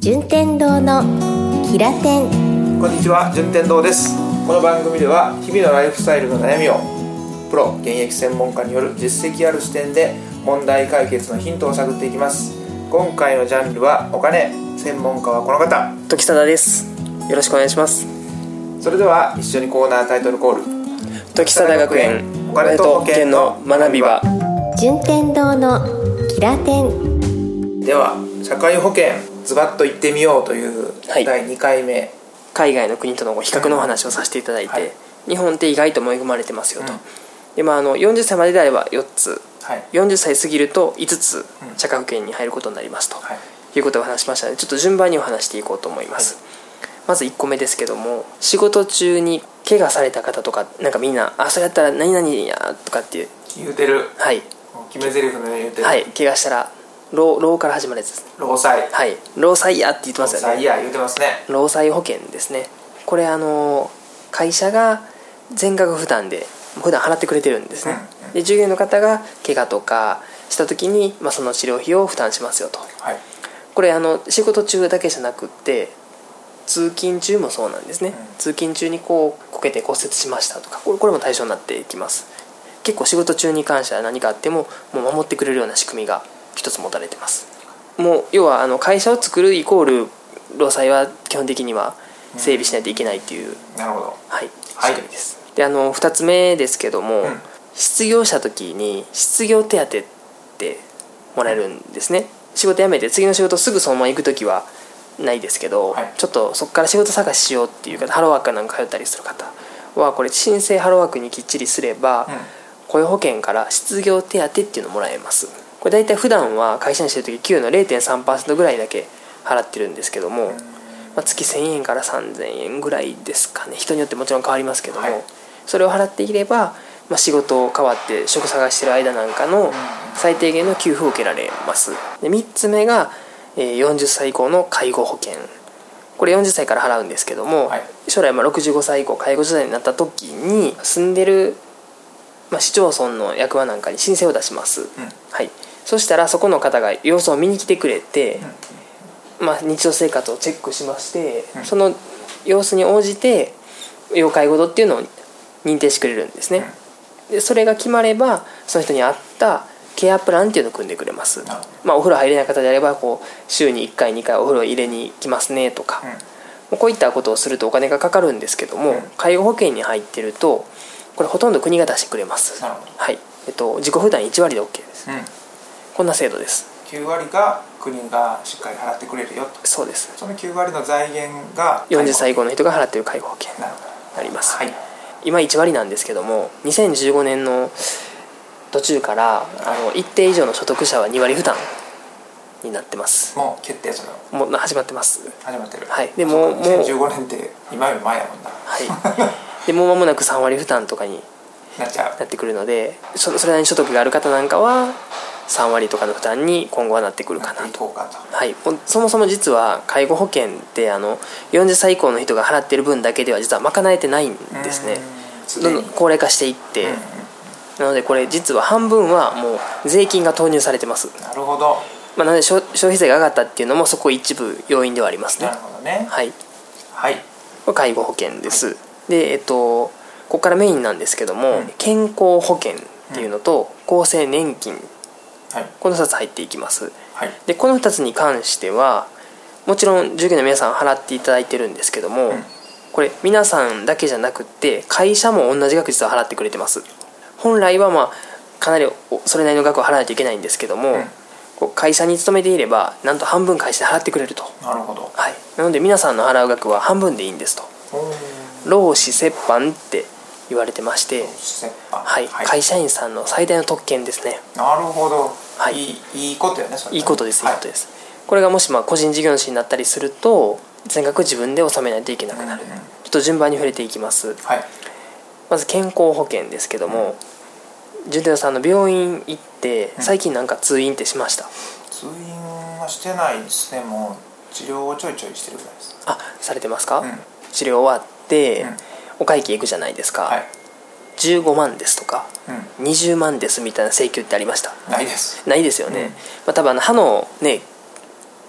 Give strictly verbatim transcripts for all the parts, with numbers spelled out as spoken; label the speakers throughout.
Speaker 1: 順天堂のキラテン。
Speaker 2: こんにちは、順天堂です。この番組では日々のライフスタイルの悩みをプロ現役専門家による実績ある視点で問題解決のヒントを探っていきます。今回のジャンルはお金、専門家はこの方、
Speaker 3: 時貞です。よろしくお願いします。
Speaker 2: それでは一緒にコーナータイトルコール、
Speaker 3: 時貞学園お金と保険の学び場。
Speaker 1: 順天堂のキラテン。
Speaker 2: では社会保険ズバッと言ってみようというだいにかいめ、はい、
Speaker 3: 海外の国との比較のお話をさせていただいて、はい、日本って意外と恵まれてますよと、うん、でまあ、あのよんじゅっさいまでであればよっつ、はい、よんじゅっさい過ぎるといつつ社会保険に入ることになりますと、はい、いうことを話しましたので、ちょっと順番にお話していこうと思います、はい、まずいっこめですけども、仕事中に怪我された方とか、なんかみんなあそれやったら何々やとかって
Speaker 2: 言うてる、
Speaker 3: はい、
Speaker 2: 決め台詞のように言うてる、
Speaker 3: はい、怪我したら労労から始まるやつです。
Speaker 2: 労災、
Speaker 3: はい、労災やって言ってますよね。
Speaker 2: 労災や言ってますね。
Speaker 3: 労災保険ですね。これあの会社が全額負担で普段払ってくれてるんですね、うんうん、で従業員の方が怪我とかした時に、まあ、その治療費を負担しますよと、はい、これあの仕事中だけじゃなくって通勤中もそうなんですね、うん、通勤中にこうこけて骨折しましたとか、これ、これも対象になっていきます。結構仕事中に関しては何かあってももう守ってくれるような仕組みが一つ持たれてます。もう要はあの会社を作るイコール労災は基本的には整備しないといけないという、
Speaker 2: うん、なるほど、
Speaker 3: はい、仕組みです、はい、であのふたつめですけども、うん、失業した時に失業手当ってもらえるんですね。仕事辞めて次の仕事すぐそのまま行く時はないですけど、はい、ちょっとそこから仕事探ししようっていう方、ハローワークなんか通ったりする方はこれ申請ハローワークにきっちりすれば、うん、雇用保険から失業手当っていうのをもらえます。これ大体普段は会社にしてる時給与の れいてんさんパーセント ぐらいだけ払ってるんですけども、まあ、月せんえんからさんぜんえんぐらいですかね。人によってもちろん変わりますけども、はい、それを払っていれば、まあ、仕事を変わって職探してる間なんかの最低限の給付を受けられます。でみっつめが、えー、よんじゅっさい以降の介護保険。これよんじゅっさいから払うんですけども、はい、将来まあろくじゅうごさい以降介護時代になった時に住んでる、まあ、市町村の役場なんかに申請を出します、うん、はい、そしたらそこの方が様子を見に来てくれて、うん、まあ、日常生活をチェックしまして、うん、その様子に応じて要介護度っていうのを認定してくれるんですね、うん、でそれが決まればその人に合ったケアプランっていうのを組んでくれます、うん、まあ、お風呂入れない方であればこう週にいっかいにかいお風呂入れに来ますねとか、うん、こういったことをするとお金がかかるんですけども、うん、介護保険に入ってるとこれほとんど国が出してくれます、はい、えっと、自己負担いちわりで OK です、うん、こんな制度です。
Speaker 2: きゅうわりが国がしっかり払ってくれるよと。
Speaker 3: そうです。
Speaker 2: そのきゅうわりの財源が
Speaker 3: よんじゅっさい以降の人が払っている介護保険になります、はい、今いちわりなんですけどもにせんじゅうごねんの途中からあの一定以上の所得者はにわり負担になってます。
Speaker 2: もう決定それ
Speaker 3: もう始まってます
Speaker 2: 始まってる、
Speaker 3: はい、でも
Speaker 2: にせんじゅうごねんって今より前やもんな、
Speaker 3: はい、でもう間もなくさんわり負担とかになっちゃうなってくるので、 そ, それなりに所得がある方なんかはさんわりとかの負担に今後はなってくるかなと。はい、そもそも実は介護保険ってあのよんじゅっさい以降の人が払ってる分だけでは実は賄えてないんですね。どんどん高齢化していって、うんうん、なのでこれ実は半分はもう税金が投入されてます。
Speaker 2: なるほど、
Speaker 3: まあ、なので消費税が上がったっていうのもそこ一部要因ではありますね。
Speaker 2: なるほどね、
Speaker 3: はい、
Speaker 2: はい、
Speaker 3: これ介護保険です、はい、でえっとここからメインなんですけども、うん、健康保険っていうのと厚生年金、はい、このふたつ入っていきます、はい、でこのふたつに関してはもちろん従業員の皆さん払っていただいてるんですけども、うん、これ皆さんだけじゃなくって会社も同じ額実は払ってくれてます。本来はまあかなりそれなりの額を払わないといけないんですけども、うん、こう会社に勤めていればなんと半分会社で払ってくれると。
Speaker 2: なるほど、
Speaker 3: はい、なので皆さんの払う額は半分でいいんですと。労使折半って言われてまして、はい、はい、会社員さんの最大の特権ですね。
Speaker 2: なるほど、
Speaker 3: はい、
Speaker 2: いい、いいことよね、それね。
Speaker 3: いいことです、いいことです、はい、これがもしまあ個人事業主になったりすると全額自分で納めないといけなくなる、うんうん、ちょっと順番に触れていきます、はい、まず健康保険ですけども、うん、順天堂さんの病院行って最近なんか通院ってしました？うん、
Speaker 2: 通院はしてないですね。もう治療をちょいちょいしてるぐらいです。
Speaker 3: あ、されてますか？うん、治療終わって、うん、お会計行くじゃないですか、はい、じゅうごまんですとか、うん、にじゅうまんですみたいな請求ってありました？
Speaker 2: ないです。
Speaker 3: ないですよね、うん、まあ、多分あの歯のね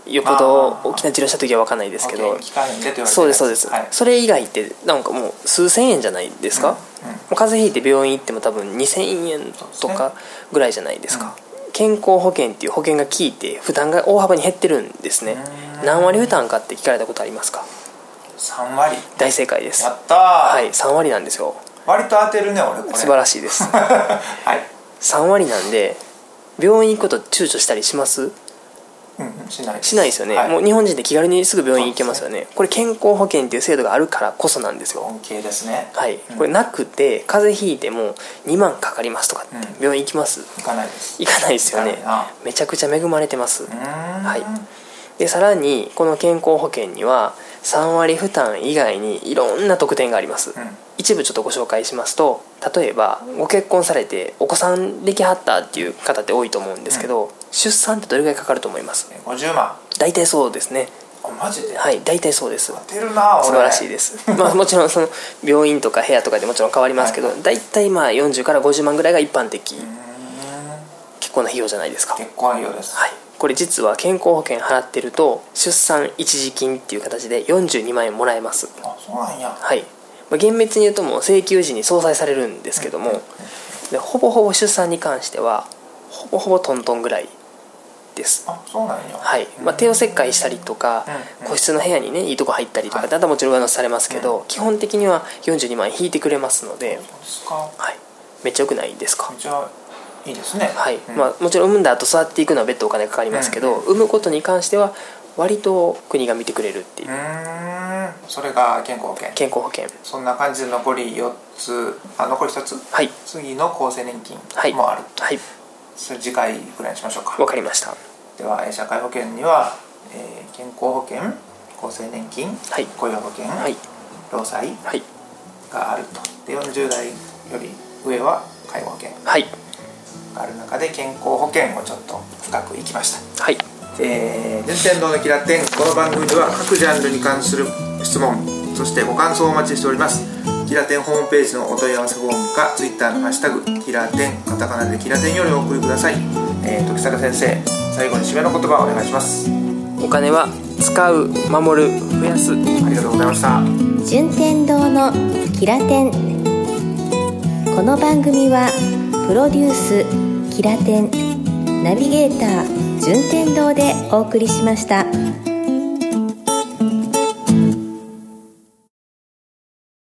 Speaker 3: よっぽど大きな治療した時は分かんないですけど、そうですそうです、はい、それ以外ってなんかもう数千円じゃないですか、うんうん、もう風邪ひいて病院行っても多分にせんえんとかぐらいじゃないですか、うん、健康保険っていう保険が効いて負担が大幅に減ってるんですね。何割負担かって聞かれたことありますか？
Speaker 2: さん割。
Speaker 3: 大正解です。
Speaker 2: やったー。
Speaker 3: はい、さん割なんですよ。
Speaker 2: 割と当てるね俺これ。
Speaker 3: 素晴らしいです、
Speaker 2: はい、
Speaker 3: さん割なんで病院行くこと躊躇したりします？
Speaker 2: うん、しないです。
Speaker 3: しないですよね、はい、もう日本人って気軽にすぐ病院行けますよ ね, ねこれ健康保険っていう制度があるからこそなんですよ。
Speaker 2: 恩恵ですね。
Speaker 3: はい、これなくて風邪ひいてもにまんかかりますとかって、うん、病院行きます？
Speaker 2: 行かないです。
Speaker 3: 行かないですよね。めちゃくちゃ恵まれてます。はい、でさらにこの健康保険にはさん割負担以外にいろんな特典があります、うん、一部ちょっとご紹介しますと、例えばご結婚されてお子さんできはったっていう方って多いと思うんですけど、うん、出産ってどれぐらいかかると思います？
Speaker 2: ごじゅうまん。
Speaker 3: 大体そうですね。
Speaker 2: あ、マジで？
Speaker 3: はい、大体そうです。
Speaker 2: 当てるな俺。
Speaker 3: 素晴らしいですまあもちろんその病院とか部屋とかでもちろん変わりますけど、はい、大体まあよんじゅうからごじゅうまんぐらいが一般的。結構な費用じゃないですか。
Speaker 2: 結構な費用です。
Speaker 3: はい、これ実は健康保険払ってると出産一時金っていう形でよんじゅうにまんえんもらえます。
Speaker 2: あ、そうなんや。
Speaker 3: はい、まあ、厳密に言うともう請求時に相殺されるんですけども、うんうんうん、でほぼほぼ出産に関してはほぼほぼトントンぐらいです。
Speaker 2: あ、そうなんや。
Speaker 3: はい、まあ、帝王切開したりとか、うんうん、個室の部屋にねいいとこ入ったりとか、はい、だんだんもちろん上乗せされますけど、うん、基本的にはよんじゅうにまんえん引いてくれますので、
Speaker 2: そうですか。
Speaker 3: はい、めっちゃ良くないですか？
Speaker 2: めっちゃいいですね。
Speaker 3: はい、
Speaker 2: うん、
Speaker 3: まあ、もちろん産んだ後育っていくのは別途お金かかりますけど、うんうん、産むことに関しては割と国が見てくれるっていう。
Speaker 2: うーん、それが健康保険。
Speaker 3: 健康保険。
Speaker 2: そんな感じで残りよっつ、あ、残りひとつ、
Speaker 3: はい、
Speaker 2: 次の厚生年金もある、はいはい、それ次回ぐらいにしましょうか。
Speaker 3: わかりました。
Speaker 2: では社会保険には、えー、健康保険、厚生年金、はい、雇用保険、はい、労災があると。でよんじゅう代より上は介護保険、はい、がある中で健康保険をちょっと深くいきました。はい、えー、順天堂のキラテン、この番組では各ジャンルに関する質問、そしてご感想をお待ちしております。キラテンホームページのお問い合わせフォームか Twitter のハッシュタグキラテン、カタカナでキラテンよりお送りください。えー、時坂先生、最後に締めの言葉をお願いします。
Speaker 3: お金は使う、守る、増やす。
Speaker 2: ありがとうございました。
Speaker 1: 順天堂のキラテン。この番組はプロデュースキラテン、ナビゲーター順天堂でお送りしました。